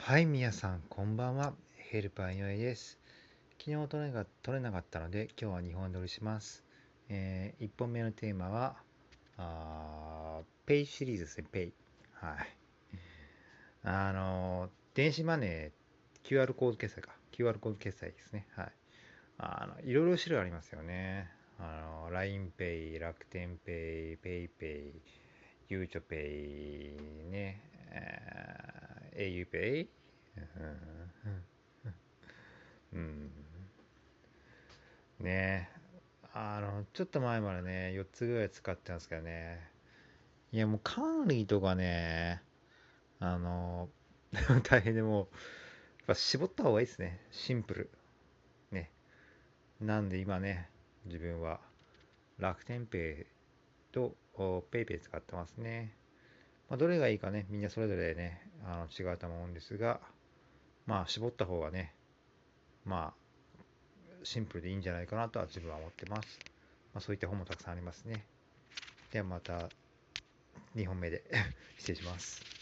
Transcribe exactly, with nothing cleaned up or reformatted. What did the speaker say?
はい、みやさん、こんばんは。ヘルパー井上です。昨日取れが取れなかったので、今日はにほん撮りします。えー、いっぽんめのテーマは、あーペイシリーズですね、ペイ。はい。あのー電子マネー、キューアール コード決済か。キューアール コード決済ですね。はい。あの、いろいろ種類ありますよね。あの、LINEPay、楽天ペイ、PayPay、ゆうちょペイ、ね、えー、auPay、うん、ねあの、ちょっと前までね、よっつぐらい使ってたんですけどね。いや、もう管理とかね、あの、大変でもう、やっぱ絞った方がいいですね。シンプル。ね。なんで今ね、自分は楽天ペイとペイペイ使ってますね。まあ、どれがいいかね、みんなそれぞれね、あの違うと思うんですが、まあ、絞った方がね、まあ、シンプルでいいんじゃないかなとは自分は思ってます。まあ、そういった本もたくさんありますね。ではまたにほんめで失礼します。